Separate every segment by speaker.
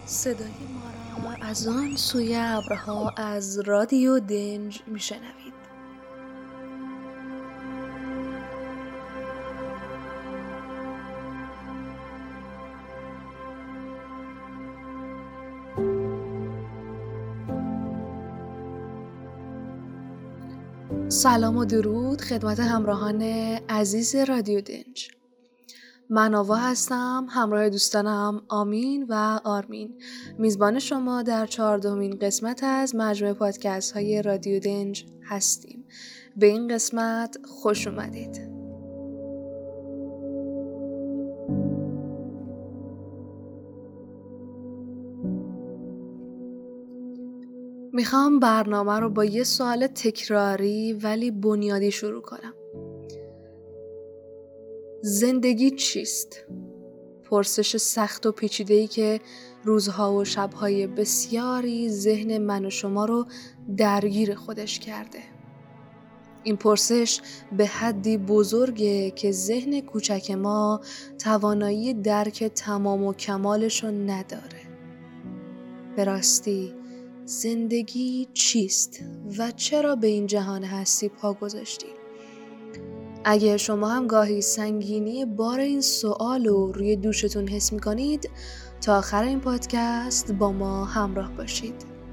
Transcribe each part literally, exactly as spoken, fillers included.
Speaker 1: صدای ما را از آن سوی ابرها از رادیو دنج میشنوید. سلام و درود خدمت همراهان عزیز رادیو دنج. من آوا هستم، همراه دوستانم آمین و آرمین، میزبان شما در چهاردهمین قسمت از مجموعه پادکست های رادیو دنج هستیم. به این قسمت خوش اومدید. میخوام برنامه رو با یه سوال تکراری ولی بنیادی شروع کنم. زندگی چیست؟ پرسش سخت و پیچیده‌ای که روزها و شبهای بسیاری ذهن من و شما رو درگیر خودش کرده. این پرسش به حدی بزرگه که ذهن کوچک ما توانایی درک تمام و کمالش رو نداره. به راستی زندگی چیست و چرا به این جهان هستی پا گذاشتی؟ اگه شما هم گاهی سنگینی بار این سوال رو روی دوشتون حس می‌کنید، تا آخر این پادکست با ما همراه باشید.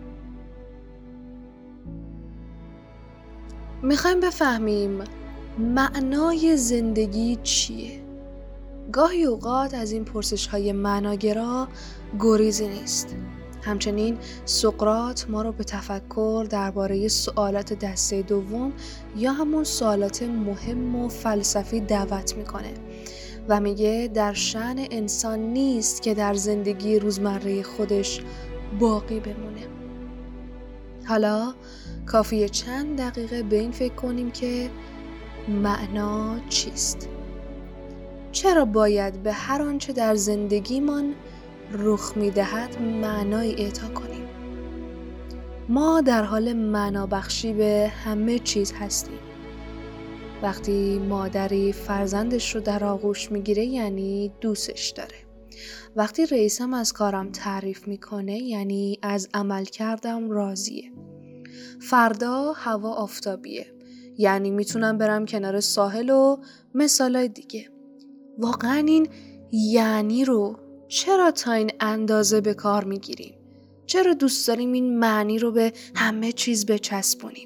Speaker 1: میخوایم بفهمیم معنای زندگی چیه؟ گاهی اوقات از این پرسش‌های معناگرا گریزی نیست. همچنین سقراط ما رو به تفکر درباره سوالات دسته دوم یا همون سوالات مهم و فلسفی دعوت میکنه و میگه در شأن انسان نیست که در زندگی روزمره خودش باقی بمونه. حالا کافیه چند دقیقه به این فکر کنیم که معنا چیست؟ چرا باید به هر آنچه در زندگیمان رخ میدهد معنایی اعطا کنیم؟ ما در حال معنا بخشی به همه چیز هستیم. وقتی مادری فرزندش رو در آغوش میگیره یعنی دوستش داره. وقتی رئیسم از کارم تعریف میکنه یعنی از عمل کردم راضیه. فردا هوا آفتابیه یعنی میتونم برم کنار ساحل و مثالای دیگه. واقعا این یعنی رو چرا تا این اندازه به کار میگیریم؟ چرا دوست داریم این معنی رو به همه چیز بچسبونیم؟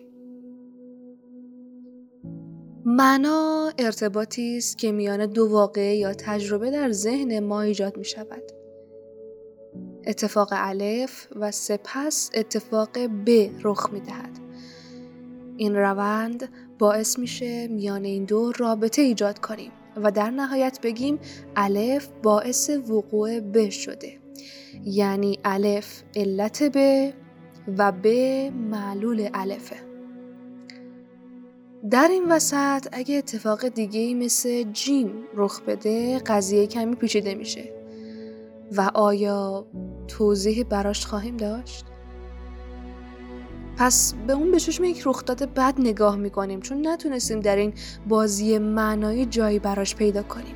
Speaker 1: معنا ارتباطی است که میان دو واقعه یا تجربه در ذهن ما ایجاد می شود. اتفاق الف و سپس اتفاق ب رخ می دهد. این روند باعث میشه میان این دو رابطه ایجاد کنیم و در نهایت بگیم الف باعث وقوع ب شده. یعنی الف علت ب و ب معلول الفه. در این وسط اگه اتفاق دیگه‌ای مثل جیم رخ بده قضیه کمی پیچیده میشه. و آیا توضیحی براش خواهیم داشت؟ پس به اون به چشم یک رخداد بد نگاه میکنیم چون نتونستیم در این بازی معنایی جایی براش پیدا کنیم.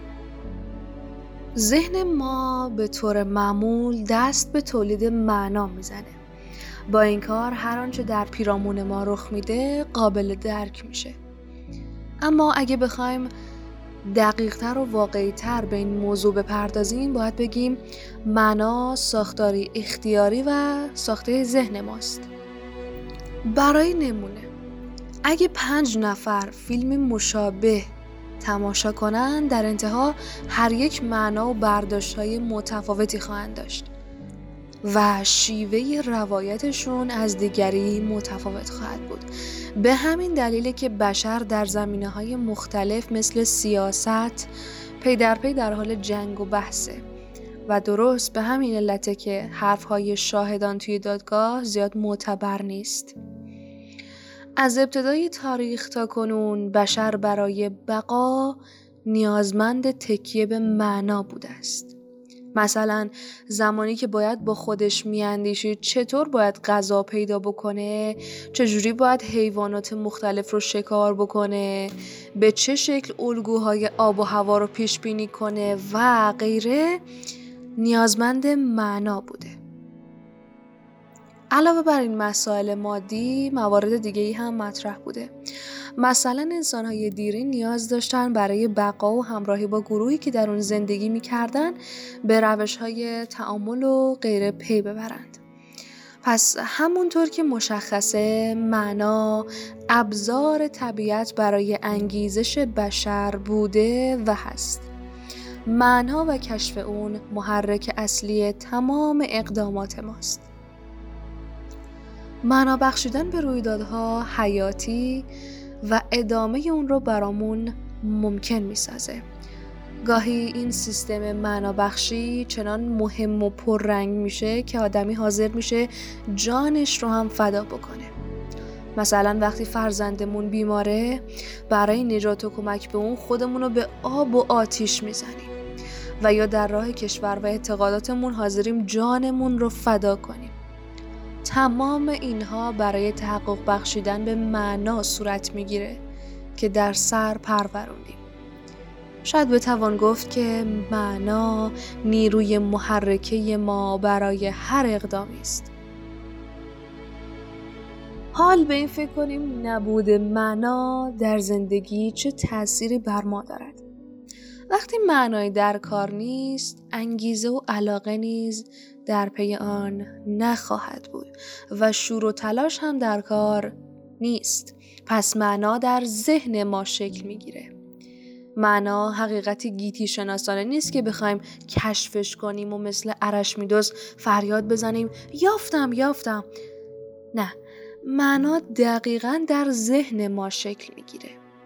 Speaker 1: ذهن ما به طور معمول دست به تولید معنا میزنه. با این کار هر آنچه در پیرامون ما رخ میده قابل درک میشه. اما اگه بخوایم دقیق‌تر و واقعی‌تر به این موضوع بپردازیم باید بگیم معنا ساختاری اختیاری و ساخته ذهن ماست. برای نمونه اگه پنج نفر فیلم مشابه تماشا کنن در انتها هر یک معنا و برداشت‌های متفاوتی خواهند داشت و شیوه روایتشون از دیگری متفاوت خواهد بود. به همین دلیله که بشر در زمینه‌های مختلف مثل سیاست پی در پی در حال جنگ و بحثه و درست به همین علته که حرف‌های شاهدان توی دادگاه زیاد معتبر نیست. از ابتدای تاریخ تا کنون بشر برای بقا نیازمند تکیه به معنا بوده است. مثلا زمانی که باید با خودش میاندیشید چطور باید غذا پیدا بکنه، چجوری باید حیوانات مختلف رو شکار بکنه، به چه شکل الگوهای آب و هوا رو پیش بینی کنه و غیره، نیازمند معنا بوده. علاوه بر این مسائل مادی، موارد دیگه‌ای هم مطرح بوده. مثلا انسان‌های دیرین نیاز داشتن برای بقا و همراهی با گروهی که در اون زندگی می‌کردن به روش‌های تعامل و غیره پی ببرند. پس همونطور که مشخصه، معنا ابزار طبیعت برای انگیزش بشر بوده و هست. معنا و کشف اون محرک اصلی تمام اقدامات ماست. معنا بخشیدن به رویدادها حیاتی و ادامه اون رو برامون ممکن میسازه. گاهی این سیستم معنا بخشی چنان مهم و پررنگ میشه که آدمی حاضر میشه جانش رو هم فدا بکنه. مثلا وقتی فرزندمون بیماره، برای نجات و کمک به اون خودمون رو به آب و آتیش میزنیم و یا در راه کشور و اعتقاداتمون حاضریم جانمون رو فدا کنیم. تمام اینها برای تحقق بخشیدن به معنا صورت میگیره که در سر پروروندیم. شاید بتوان گفت که معنا نیروی محرکه ما برای هر اقدامی است. حال به این فکر کنیم نبود معنا در زندگی چه تأثیری بر ما دارد. وقتی معنایی در کار نیست، انگیزه و علاقه نیز در پی آن نخواهد بود و شور و تلاش هم در کار نیست. پس معنا در ذهن ما شکل میگیره. معنا حقیقتی گیتی شناسانه نیست که بخوایم کشفش کنیم و مثل ارشمیدس فریاد بزنیم یافتم یافتم. نه، معنا دقیقاً در ذهن ما شکل میگیره.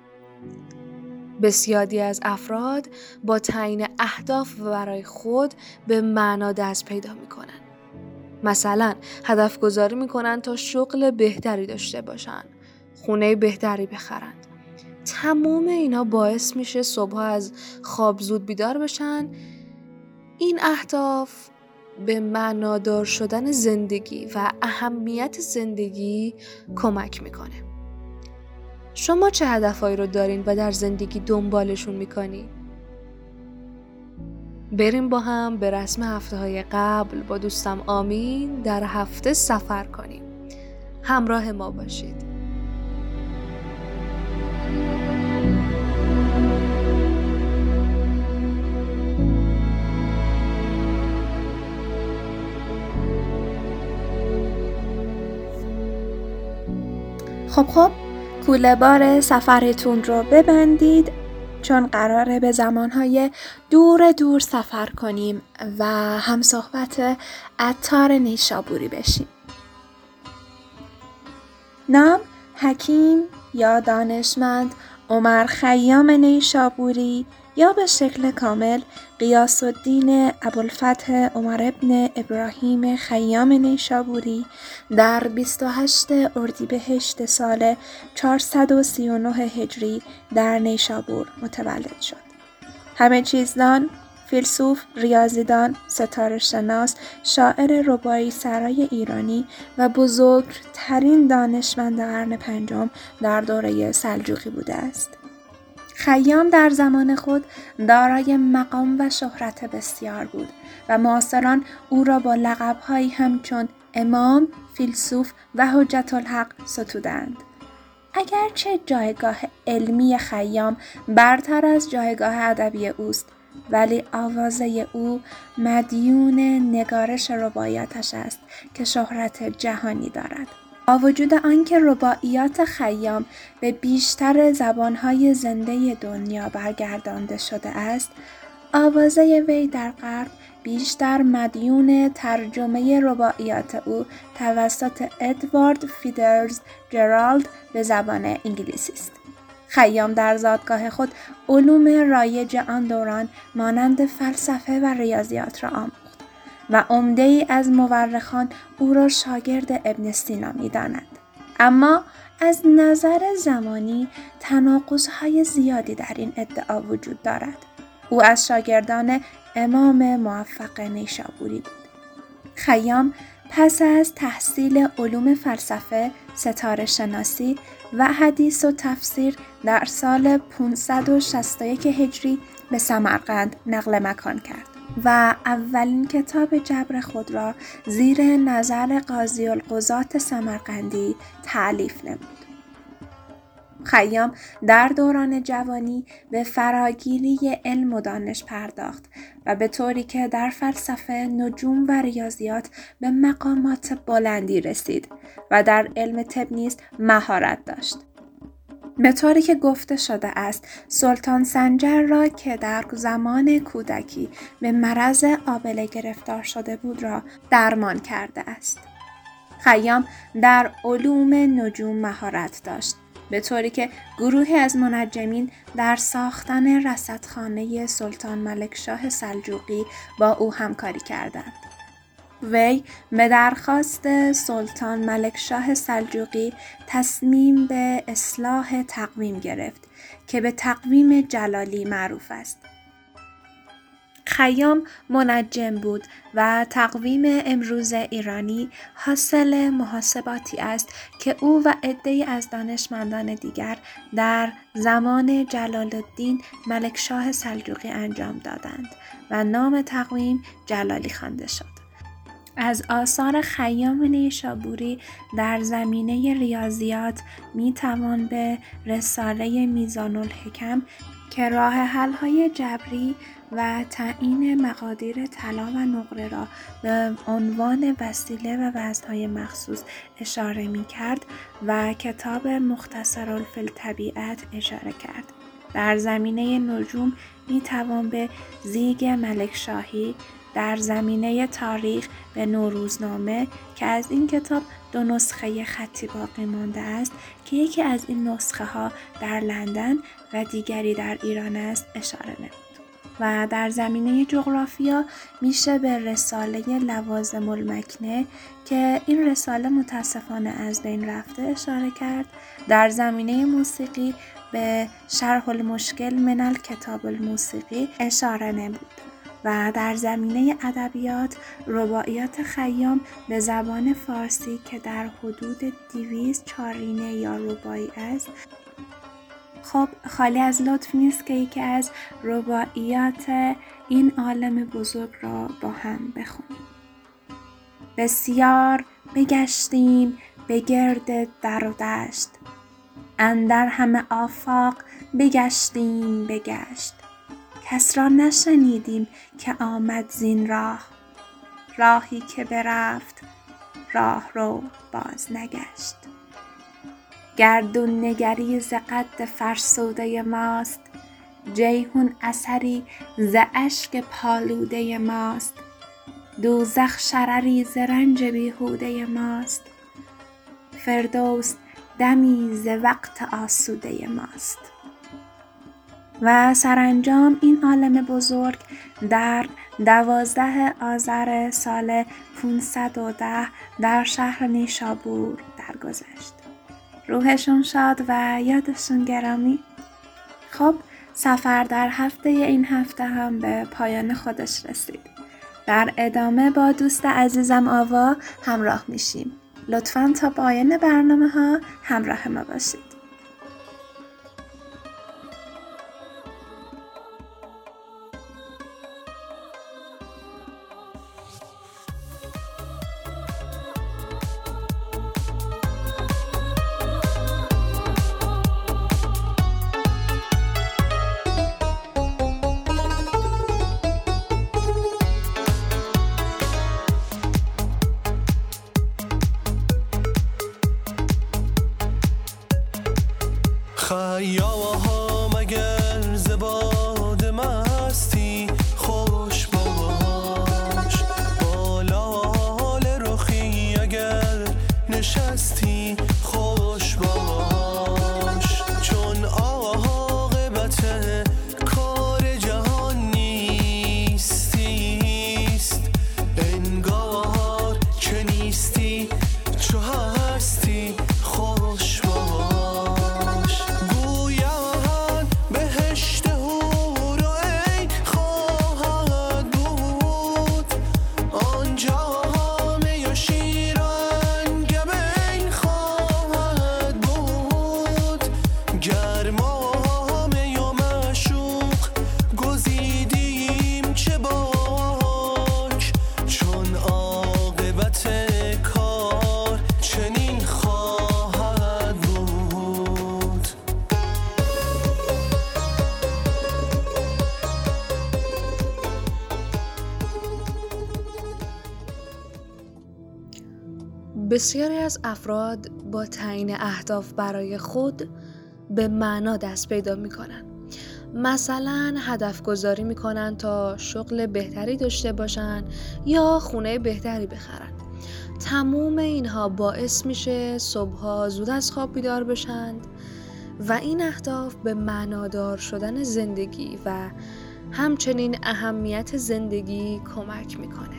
Speaker 1: بسیاری از افراد با تعیین اهداف برای خود به معنا دست پیدا میکنن. مثلا هدف گذاری میکنن تا شغل بهتری داشته باشن، خونه بهتری بخرند. تمام اینا باعث میشه صبح از خواب زود بیدار بشن. این اهداف به معنادار شدن زندگی و اهمیت زندگی کمک میکنه. شما چه هدفهایی رو دارین و در زندگی دنبالشون میکنین؟ بریم با هم به رسم هفته های قبل با دوستم آمین در هفته سفر کنیم. همراه ما باشید.
Speaker 2: خب خب کوله بار سفرتون رو ببندید، چون قراره به زمانهای دور دور سفر کنیم و هم صحبت عطار نیشابوری بشیم. نام حکیم یا دانشمند عمر خیام نیشابوری یا به شکل کامل غیاث الدین ابوالفتح عمر ابن ابراهیم خیام نیشابوری در بیست و هشتم اردیبهشت سال چهارصد و سی و نه هجری در نیشابور متولد شد. همه چیزدان، فیلسوف، ریاضیدان، ستاره شناس، شاعر رباعی سرای ایرانی و بزرگترین دانشمند قرن پنجم در دوره سلجوقی بوده است. خیام در زمان خود دارای مقام و شهرت بسیار بود و معاصران او را با لقب‌هایی همچون امام، فیلسوف و حجت الحق ستودند. اگرچه جایگاه علمی خیام برتر از جایگاه ادبی اوست، ولی آوازه او مدیون نگارش رباعیاتش است که شهرت جهانی دارد. با وجود آنکه رباعیات خیام به بیشتر زبانهای زنده دنیا برگردانده شده است، آوازه وی در غرب بیشتر مدیون ترجمه رباعیات او توسط ادوارد فیتزجرالد جرالد به زبان انگلیسی است. خیام در زادگاه خود علوم رایج آن دوران مانند فلسفه و ریاضیات را آموخت و عمده ای از مورخان او را شاگرد ابن سینا می دانند. اما از نظر زمانی تناقض‌های زیادی در این ادعا وجود دارد. او از شاگردان امام موفق نیشابوری بود. خیام پس از تحصیل علوم فلسفه، ستاره شناسی و حدیث و تفسیر در سال پانصد و شصت و یک هجری به سمرقند نقل مکان کرد. و اولین کتاب جبر خود را زیر نظر قاضی القضات سمرقندی تألیف نمود. خیام در دوران جوانی به فراگیری علم و دانش پرداخت و به طوری که در فلسفه، نجوم و ریاضیات به مقامات بلندی رسید و در علم طب نیز مهارت داشت. به طوری که گفته شده است سلطان سنجر را که در زمان کودکی به مرض آبله گرفتار شده بود را درمان کرده است. خیام در علوم نجوم مهارت داشت، به طوری که گروهی از منجمین در ساختن رصدخانه سلطان ملکشاه سلجوقی با او همکاری کردند. وی به درخواست سلطان ملکشاه سلجوقی تصمیم به اصلاح تقویم گرفت که به تقویم جلالی معروف است. خیام منجم بود و تقویم امروز ایرانی حاصل محاسباتی است که او و عده‌ای از دانشمندان دیگر در زمان جلال الدین ملکشاه سلجوقی انجام دادند و نام تقویم جلالی خوانده شد. از آثار خیام نیشابوری در زمینه ریاضیات می توان به رساله میزان الحکم که راه حل‌های جبری و تعیین مقادیر طلا و نقره را به عنوان وسیله و وزن‌های مخصوص اشاره می‌کرد و کتاب مختصر فی الطبیعة اشاره کرد. در زمینه نجوم می‌توان به زیگ ملکشاهی، در زمینه تاریخ به نوروزنامه که از این کتاب دو نسخه خطی باقی مانده است که یکی از این نسخه ها در لندن و دیگری در ایران است اشاره نمود. و در زمینه جغرافیا میشه به رساله لوازم المکنه که این رساله متاسفانه از بین رفته اشاره کرد. در زمینه موسیقی به شرح المشکل من الکتاب الموسیقی اشاره نمود. و در زمینه ادبیات رباعیات خیام به زبان فارسی که در حدود دویست چارینه یا رباعی است، خب خالی از لطف نیست که یکی از رباعیات این عالم بزرگ را با هم بخونیم. بسیار بگشتیم به گرد در و دشت، اندر همه آفاق بگشتیم بگشت. کس را نشنیدیم که آمد زین راه، راهی که برفت راه رو باز نگشت. گردون نگری ز قد فرسوده ماست، جیحون اثری ز اشک پالوده ماست. دوزخ شرری ز رنج بیهوده ماست، فردوس دمی ز وقت آسوده ماست. و سرانجام این عالم بزرگ در دوازده آذر سال پانصد و ده در شهر نیشابور درگذشت. روحشون شاد و یادشون گرامی. خب سفر در هفته این هفته هم به پایان خودش رسید. در ادامه با دوست عزیزم آوا همراه میشیم. لطفاً تا پایان برنامه ها همراه ما باشید.
Speaker 3: خیاها مگر ز باد مستی خوش باش، بالال رخی اگر نشستی خوش باش. چون عاقبت کار جهان نیستیست، انگار که نیستی چو هستی خوش باش. گویا
Speaker 1: بسیاری از افراد با تعیین اهداف برای خود به معنا دست پیدا می‌کنند. مثلا هدف گذاری می‌کنند تا شغل بهتری داشته باشند یا خونه بهتری بخرند. تمام اینها باعث میشه صبح‌ها زود از خواب بیدار بشند و این اهداف به معنادار شدن زندگی و همچنین اهمیت زندگی کمک میکنه.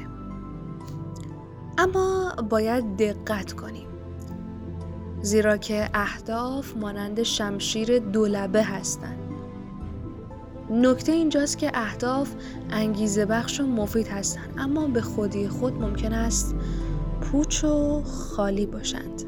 Speaker 1: اما باید دقت کنیم، زیرا که اهداف مانند شمشیر دولبه هستند. نکته اینجاست که اهداف انگیزه بخش و مفید هستند، اما به خودی خود ممکن است پوچ و خالی باشند.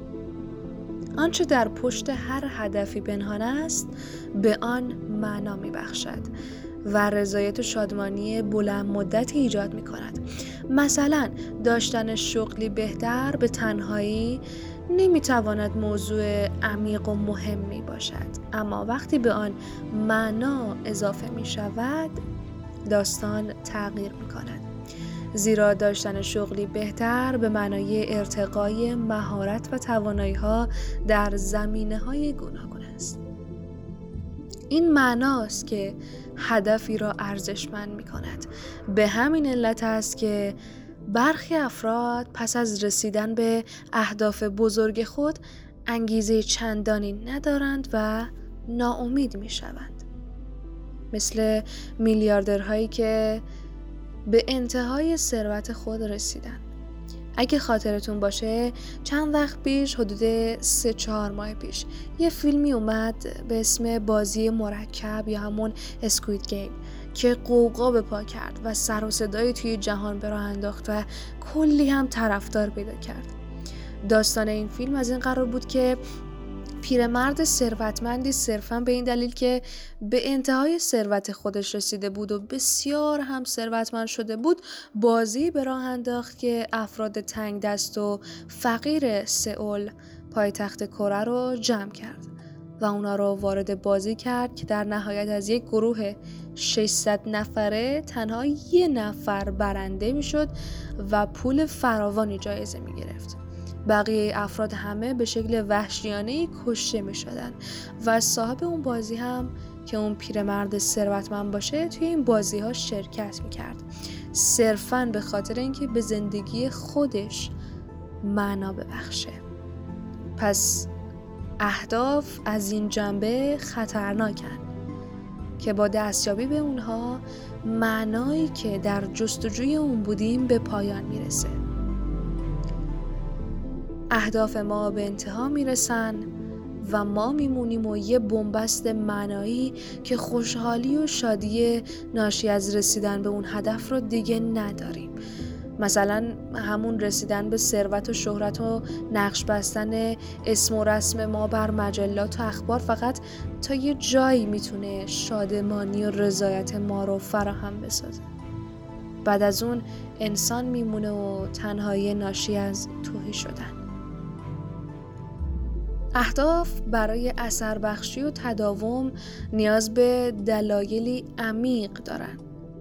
Speaker 1: آنچه در پشت هر هدفی پنهان است به آن معنا می بخشد و رضایت و شادمانی بلند مدتی ایجاد می کند. مثلا داشتن شغلی بهتر به تنهایی نمی تواند موضوع عمیق و مهمی باشد، اما وقتی به آن معنا اضافه می شود داستان تغییر می کند. زیرا داشتن شغلی بهتر به معنای ارتقای مهارت و توانایی‌ها در زمینه‌های گوناگون است. این معناست که هدفی را ارزشمند می‌کند. به همین علت است که برخی افراد پس از رسیدن به اهداف بزرگ خود انگیزه چندانی ندارند و ناامید می‌شوند. مثل میلیاردرهایی که به انتهای ثروت خود رسیدن. اگه خاطرتون باشه چند وقت پیش، حدود سه چهار ماه پیش، یه فیلمی اومد به اسم بازی مرکب یا همون اسکوید گیم که قوقا به پا کرد و سر و صدای توی جهان به راه انداخت و کلی هم طرفدار پیدا کرد. داستان این فیلم از این قرار بود که پیرمرد ثروتمندی صرفاً به این دلیل که به انتهای ثروت خودش رسیده بود و بسیار هم ثروتمند شده بود، بازی به راه انداخت که افراد تنگ دست و فقیر سئول پایتخت کره رو جمع کرد و اونا رو وارد بازی کرد که در نهایت از یک گروه ششصد نفره تنها یه نفر برنده میشد و پول فراوانی جایزه می گرفت. بقیه افراد همه به شکل وحشیانه‌ای کشته می شدن و صاحب اون بازی هم که اون پیرمرد ثروتمند باشه توی این بازی ها شرکت می کرد، صرفاً به خاطر اینکه به زندگی خودش معنا ببخشه. پس اهداف از این جنبه خطرناکن که با دستیابی به اونها معنایی که در جستجوی اون بودیم به پایان میرسه. اهداف ما به انتها میرسن و ما میمونیم و یه بنبست معنایی که خوشحالی و شادی ناشی از رسیدن به اون هدف رو دیگه نداریم. مثلا همون رسیدن به ثروت و شهرت و نقش بستن اسم و رسم ما بر مجلات و اخبار فقط تا یه جایی میتونه شادمانی و رضایت ما رو فراهم بسازه. بعد از اون انسان میمونه و تنهایی ناشی از تهی شدن. اهداف برای اثر بخشی و تداوم نیاز به دلایلی عمیق دارن.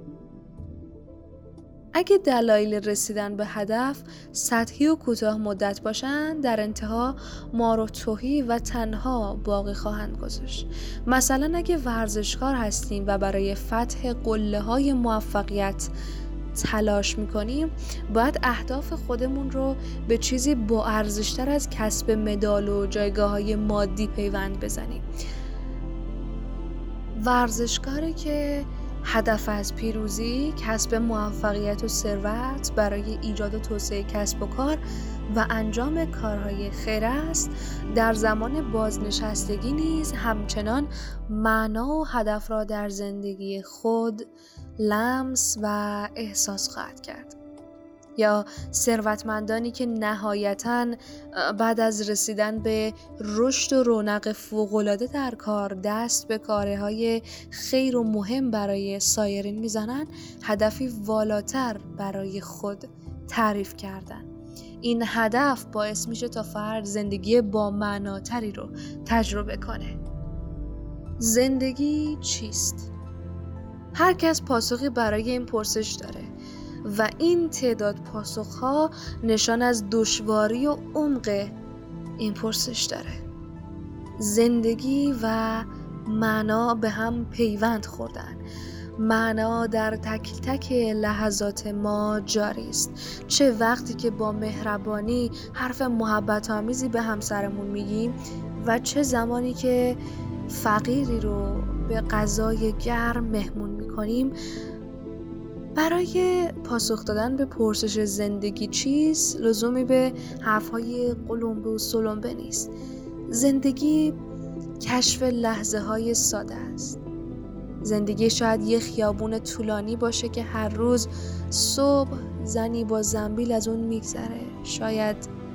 Speaker 1: اگه دلایل رسیدن به هدف سطحی و کوتاه مدت باشن، در انتها ما رو تهی و تنها باقی خواهند گذاشت. مثلا اگه ورزشکار هستیم و برای فتح قله‌های موفقیت تلاش میکنیم، باید اهداف خودمون رو به چیزی با ارزشتر از کسب مدال و جایگاه‌های مادی پیوند بزنیم. ورزشکاری که هدف از پیروزی، کسب موفقیت و ثروت برای ایجاد و توسعه کسب و کار و انجام کارهای خیر است، در زمان بازنشستگی نیز همچنان معنا و هدف را در زندگی خود لمس و احساس خواهد کرد. یا ثروتمندانی که نهایتاً بعد از رسیدن به رشد و رونق فوق‌العاده در کار دست به کارهای خیر و مهم برای سایرین میزنن، هدفی والاتر برای خود تعریف کردن. این هدف باعث میشه تا فرد زندگی با معناتری رو تجربه کنه. زندگی چیست؟ هر کس پاسخی برای این پرسش داره، و این تعداد پاسخها نشان از دشواری و عمق این پرسش داره. زندگی و معنا به هم پیوند خوردن. معنا در تک تک لحظات ما جاری است. چه وقتی که با مهربانی حرف محبت آمیزی به همسرمون میگیم و چه زمانی که فقیری رو به غذای گرم مهمون میکنیم. برای پاسخ دادن به پرسش زندگی چیست لزومی به حرفهای قلمبه و سلمبه نیست. زندگی کشف لحظه های ساده است. زندگی شاید یه خیابون طولانی باشه که هر روز صبح زنی با زنبیل از اون میگذره، شاید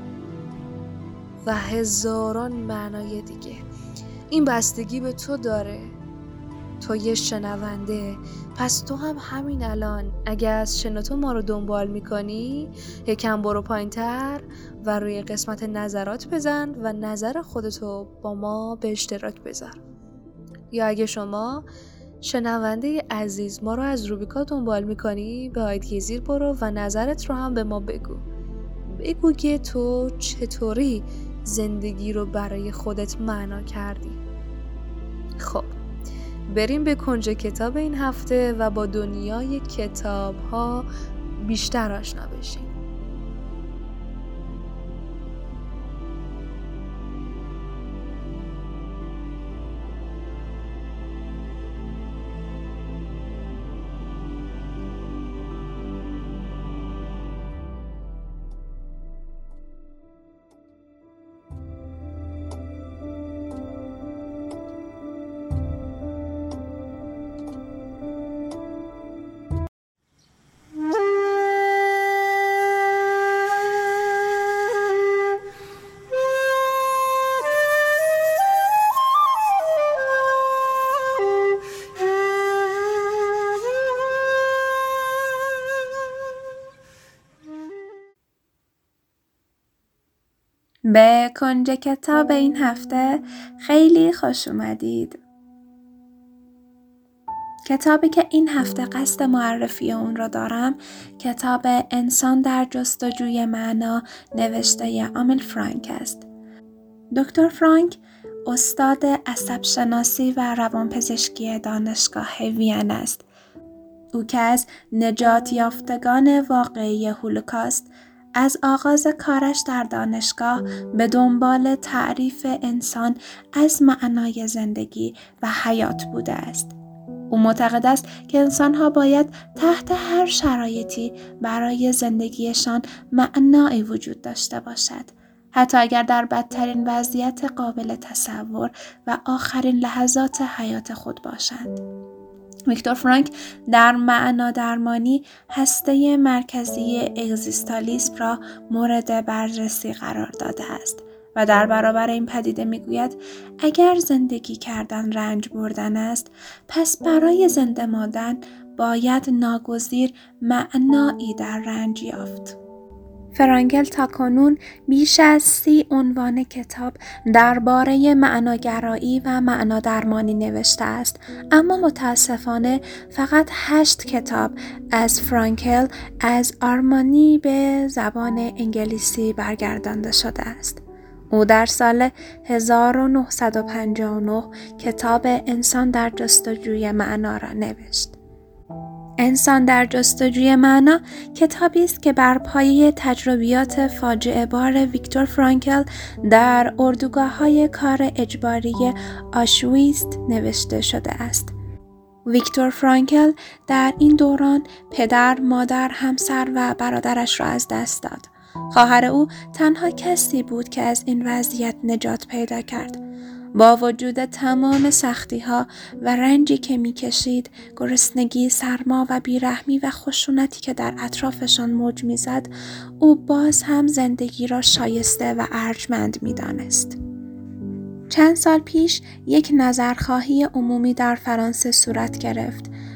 Speaker 1: و هزاران معنای دیگه. این بستگی به تو داره. تو یه شنونده، پس تو هم همین الان اگه از شنوتو ما رو دنبال میکنی یکم برو پایین‌تر و روی قسمت نظرات بزن و نظر خودتو با ما به اشتراک بذار. یا اگه شما شنونده عزیز ما رو از روبیکا دنبال میکنی به آیدی زیر برو و نظرت رو هم به ما بگو. بگو که تو چطوری زندگی رو برای خودت معنا کردی. خب بریم به کنج کتاب این هفته و با دنیای کتاب ها بیشتر آشنا بشیم.
Speaker 2: به کنج کتاب این هفته خیلی خوش اومدید. کتابی که این هفته قصد معرفی اون رو دارم کتاب انسان در جستجوی معنا نوشته آمیل فرانک است. دکتر فرانک استاد عصب شناسی و روانپزشکی دانشگاه وین است. او که از نجات یافتگان واقعی هولوکاست از آغاز کارش در دانشگاه به دنبال تعریف انسان از معنای زندگی و حیات بوده است. او معتقد است که انسان‌ها باید تحت هر شرایطی برای زندگیشان معنایی وجود داشته باشد، حتی اگر در بدترین وضعیت قابل تصور و آخرین لحظات حیات خود باشند. ویکتور فرانک در معنا درمانی هسته مرکزی اگزیستالیسم را مورد بررسی قرار داده است و در برابر این پدیده میگوید اگر زندگی کردن رنج بردن است، پس برای زنده ماندن باید ناگزیر معنایی در رنج یافت. فرانکل تاکنون بیش از سی عنوان کتاب درباره معناگرایی و معنادرمانی نوشته است، اما متاسفانه فقط هشت کتاب از فرانکل از آلمانی به زبان انگلیسی برگردانده شده است. او در سال هزار و نهصد و پنجاه و نه کتاب انسان در جستجوی معنا را نوشت. انسان در جستجوی معنا کتابی است که بر پایه تجربیات فاجعه بار ویکتور فرانکل در اردوگاه‌های کار اجباری آشویتز نوشته شده است. ویکتور فرانکل در این دوران پدر، مادر، همسر و برادرش را از دست داد. خواهر او تنها کسی بود که از این وضعیت نجات پیدا کرد. با وجود تمام سختی‌ها و رنجی که می‌کشید، گرسنگی، سرما و بیرحمی و خشونتی که در اطرافشان موج می‌زد، او باز هم زندگی را شایسته و ارجمند می‌دانست. چند سال پیش یک نظرخواهی عمومی در فرانسه صورت گرفت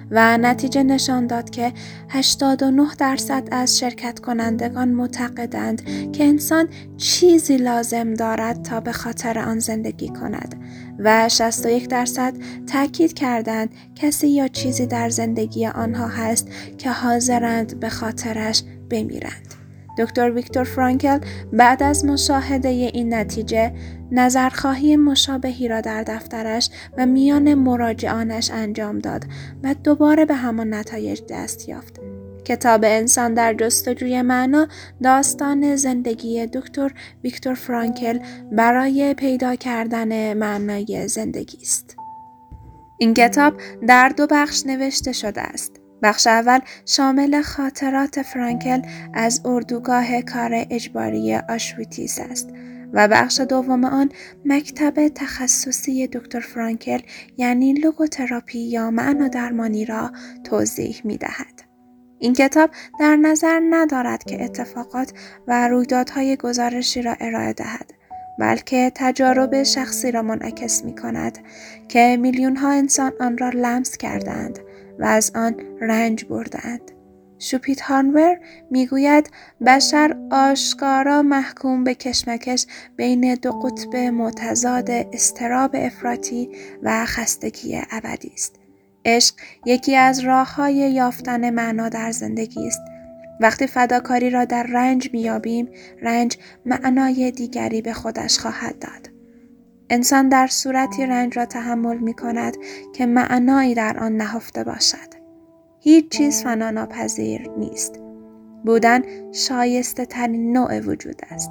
Speaker 2: و نتیجه نشان داد که هشتاد و نه درصد از شرکت کنندگان معتقدند که انسان چیزی لازم دارد تا به خاطر آن زندگی کند و شصت و یک درصد تاکید کردند کسی یا چیزی در زندگی آنها هست که حاضرند به خاطرش بمیرند. دکتر ویکتور فرانکل بعد از مشاهده این نتیجه نظرخواهی مشابهی را در دفترش و میان مراجعانش انجام داد و دوباره به همان نتایج دست یافت. کتاب انسان در جستجوی معنا داستان زندگی دکتر ویکتور فرانکل برای پیدا کردن معنای زندگی است. این کتاب در دو بخش نوشته شده است. بخش اول شامل خاطرات فرانکل از اردوگاه کار اجباری آشویتیس است و بخش دوم آن مکتب تخصصی دکتر فرانکل یعنی لوگوتراپی یا معنا درمانی را توضیح می دهد. این کتاب در نظر ندارد که اتفاقات و رویدادهای گزارشی را ارائه دهد، بلکه تجارب شخصی را منعکس می کند که میلیون ها انسان آن را لمس کردند و از آن رنج بردند. شوپیتهارنور میگوید بشر آشکارا محکوم به کشمکش بین دو قطب متضاد اضطراب افراطی و خستگی ابدی است. عشق یکی از راه‌های یافتن معنا در زندگی است. وقتی فداکاری را در رنج می‌یابیم، رنج معنای دیگری به خودش خواهد داد. انسان در صورتی رنج را تحمل می‌کند که معنایی در آن نهفته باشد. هیچ چیز فناناپذیر نیست. بودن شایسته ترین نوع وجود است.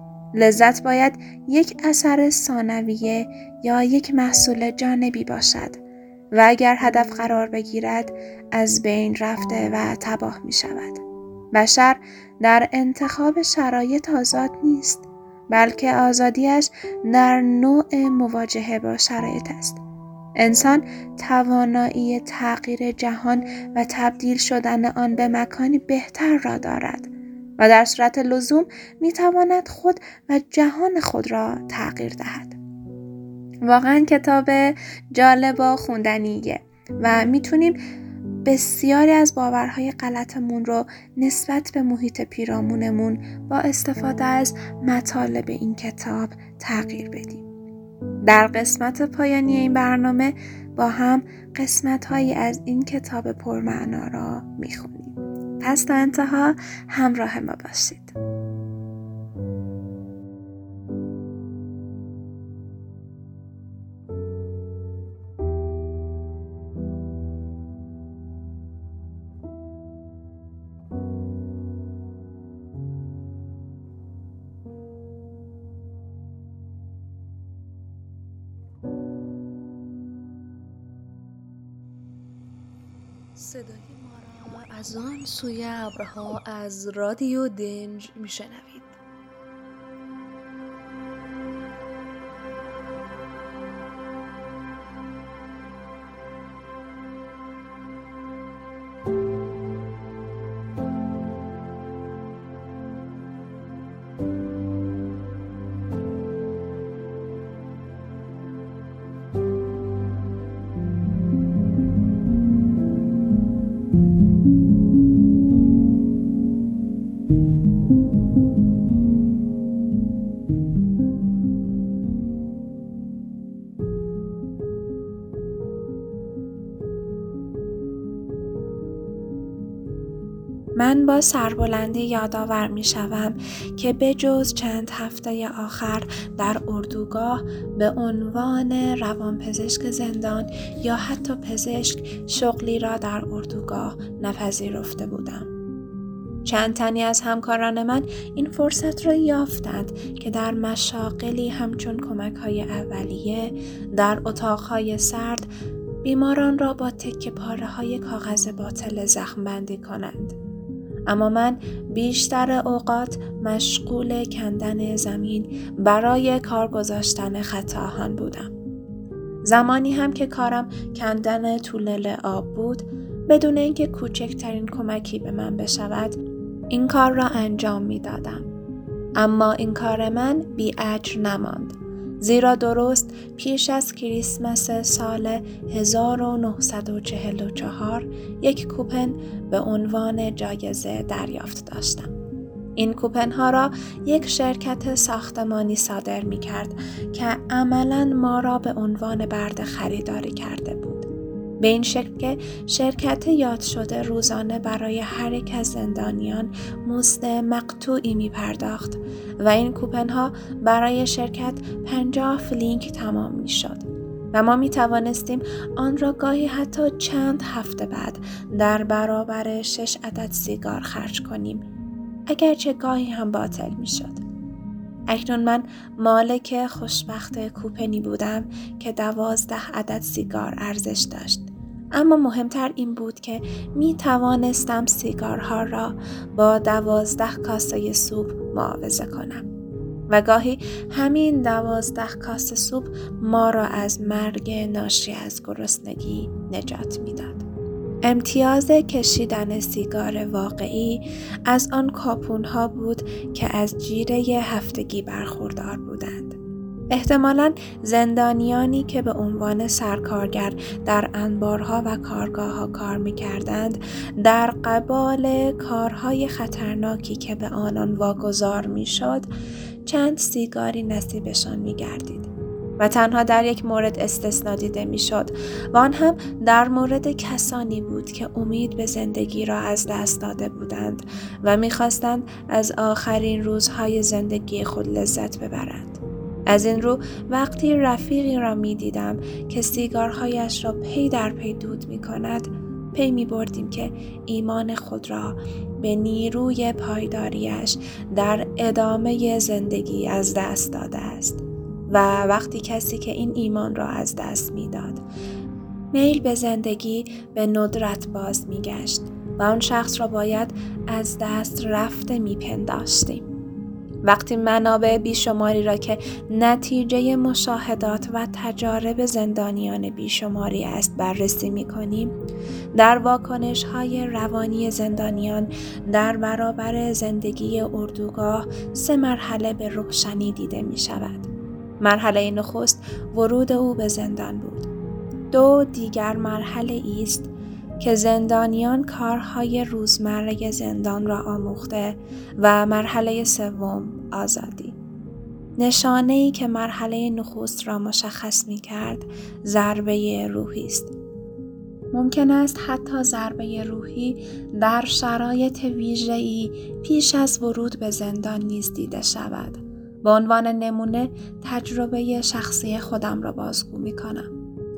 Speaker 2: لذت باید یک اثر ثانویه یا یک محصول جانبی باشد و اگر هدف قرار بگیرد از بین رفته و تباه می شود. بشر در انتخاب شرایط آزاد نیست، بلکه آزادیش در نوع مواجهه با شرایط است. انسان توانایی تغییر جهان و تبدیل شدن آن به مکانی بهتر را دارد و در صورت لزوم می تواند خود و جهان خود را تغییر دهد. واقعا کتاب جالب و خوندنیه و میتونیم بسیاری از باورهای غلطمون رو نسبت به محیط پیرامونمون با استفاده از مطالب این کتاب تغییر بدیم. در قسمت پایانی این برنامه با هم قسمت‌هایی از این کتاب پرمعنا را میخونیم. پس تا انتها همراه ما باشید.
Speaker 1: صدای ما را از آن سوی ابرها از رادیو دنج میشنوید.
Speaker 2: من با سربلندی یادآور می شوم که به جز چند هفته آخر در اردوگاه به عنوان روانپزشک زندان یا حتی پزشک شغلی را در اردوگاه نپذیرفته بودم. چند تنی از همکاران من این فرصت را یافتند که در مشاغلی همچون کمک‌های اولیه در اتاق‌های سرد بیماران را با تکه پاره‌های کاغذ باطل زخم بندی کنند. اما من بیشتر اوقات مشغول کندن زمین برای کار گذاشتن خطاهان بودم. زمانی هم که کارم کندن تونل آب بود، بدون اینکه کوچکترین کمکی به من بشود، این کار را انجام می دادم. اما این کار من بی اجر نماند. زیرا درست پیش از کریسمس سال هزار و نهصد و چهل و چهار یک کوپن به عنوان جایزه دریافت داشتم. این کوپن ها را یک شرکت ساختمانی صادر می کرد که عملاً ما را به عنوان برده خریداری کرده بود. به این شکل که شرکت یاد شده روزانه برای هر یک از زندانیان مزد مقطوعی می پرداخت و این کوپن ها برای شرکت پنجاه فلینک تمام می شد و ما می توانستیم آن را گاهی حتی چند هفته بعد در برابر شش عدد سیگار خرج کنیم، اگرچه گاهی هم باطل می شد. اکنون من مالک خوشبخت کوپنی بودم که دوازده عدد سیگار ارزش داشت. اما مهمتر این بود که می توانستم سیگارها را با دوازده کاسه سوپ معاوضه کنم و گاهی همین دوازده کاسه سوپ ما را از مرگ ناشی از گرسنگی نجات می داد. امتیاز کشیدن سیگار واقعی از آن کاپون‌ها بود که از جیره هفتگی برخوردار بودند. احتمالاً زندانیانی که به عنوان سرکارگر در انبارها و کارگاه‌ها کار می‌کردند، در قبال کارهای خطرناکی که به آنان واگذار می‌شد، چند سیگاری نصیبشان می‌گردید. و تنها در یک مورد استثنا دیده میشد و آن هم در مورد کسانی بود که امید به زندگی را از دست داده بودند و میخواستند از آخرین روزهای زندگی خود لذت ببرند. از این رو وقتی رفیقی را می دیدم که سیگارهایش را پی در پی دود می کند، پی می بردیم که ایمان خود را به نیروی پایداریش در ادامه زندگی از دست داده است. و وقتی کسی که این ایمان را از دست می داد، میل به زندگی به ندرت باز می گشت و آن شخص را باید از دست رفته می پنداشتیم. وقتی منابع بیشماری را که نتیجه مشاهدات و تجارب زندانیان بیشماری است بررسی می کنیم، در واکنش های روانی زندانیان در برابر زندگی اردوگاه سه مرحله به روشنی دیده می شود. مرحله نخست ورود او به زندان بود. دو دیگر مرحله است که زندانیان کارهای روزمره زندان را آموخته و مرحله سوم آزادی. نشانه‌ای که مرحله نخست را مشخص می‌کرد ضربه روحی است. ممکن است حتی ضربه روحی در شرایط ویژه‌ای پیش از ورود به زندان نیز دیده شود. به عنوان نمونه تجربه شخصی خودم را بازگو می کنم.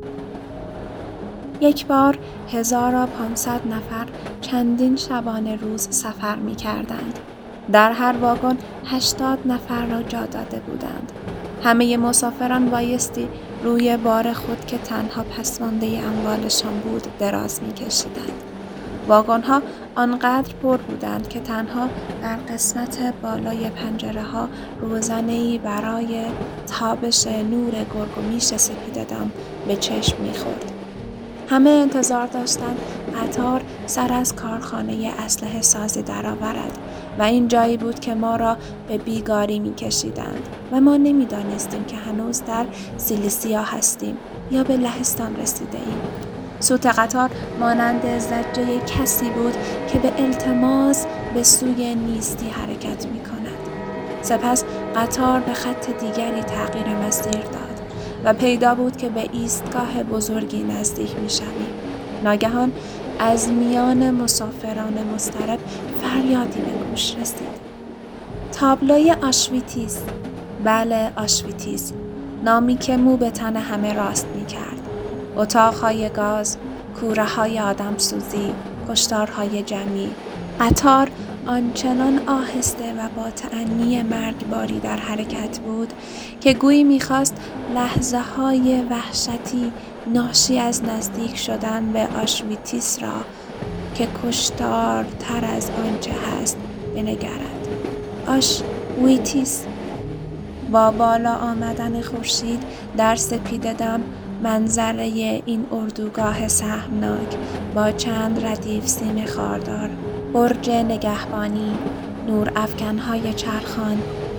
Speaker 2: یک بار هزار و پانصد نفر چندین شبانه روز سفر می کردند. در هر واگن هشتاد نفر را جا داده بودند. همه مسافران بایستی روی بار خود که تنها پسمانده اموالشان بود دراز می کشیدند. واگن‌ها آنقدر پر بودند که تنها در قسمت بالای پنجره ها روزنه‌ای برای تابش نور گرگ و میش سپیده‌دم به چشم می‌خورد. همه انتظار داشتند قطار سر از کارخانه اسلحه سازی درآورد و این جایی بود که ما را به بیگاری می‌کشیدند و ما نمی‌دانستیم که هنوز در سیلیسیا هستیم یا به لهستان رسیده ایم. صوت قطار مانند زجه کسی بود که به التماس به سوی نیستی حرکت می کند. سپس قطار به خط دیگری تغییر مسیر داد و پیدا بود که به ایستگاه بزرگی نزدیک می شویم. ناگهان از میان مسافران مضطرب فریادی به گوش رسید. تابلوی آشویتیس. بله، آشویتیس. نامی که مو به تن همه راست می کرد. اتاقهای گاز، کوره های آدم سوزی، کشتارهای جمعی. قطار آنچنان آهسته و با تأنی مرگباری در حرکت بود که گویی می‌خواست لحظه های وحشتی ناشی از نزدیک شدن به آشویتیس را که کشتارتر از آنچه هست بنگرد. آشویتیس. با بالا آمدن خورشید در سپیده‌دم منظره این اردوگاه سهمناک با چند ردیف سیم خاردار، برج نگهبانی، نور افکنهای چرخان،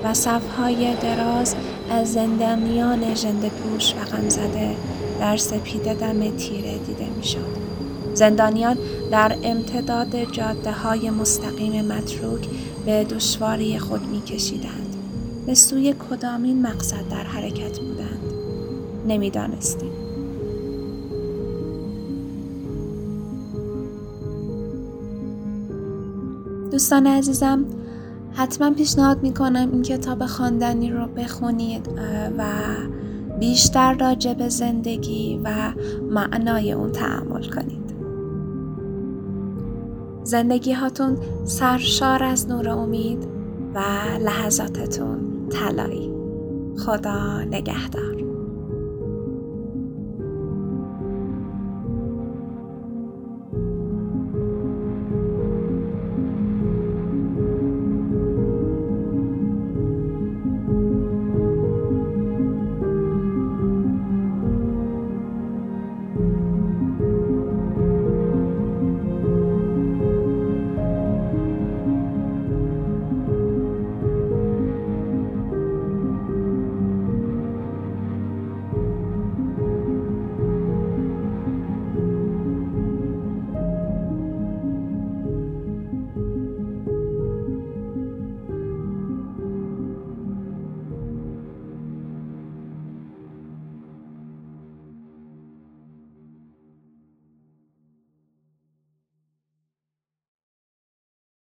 Speaker 2: و صفهای دراز از زندانیان ژنده‌پوش و غمزده در سپیده دم تیره دیده میشد. زندانیان در امتداد جاده های مستقیم متروک به دشواری خود می کشیدند. به سوی کدامین مقصد در حرکت بودند؟ نمی دانستیم. دوستان عزیزم، حتما پیشنهاد می کنم این کتاب خواندنی رو بخونید و بیشتر راجع به زندگی و معنای اون تأمل کنید. زندگی هاتون سرشار از نور امید و لحظاتتون طلایی. خدا نگهدار.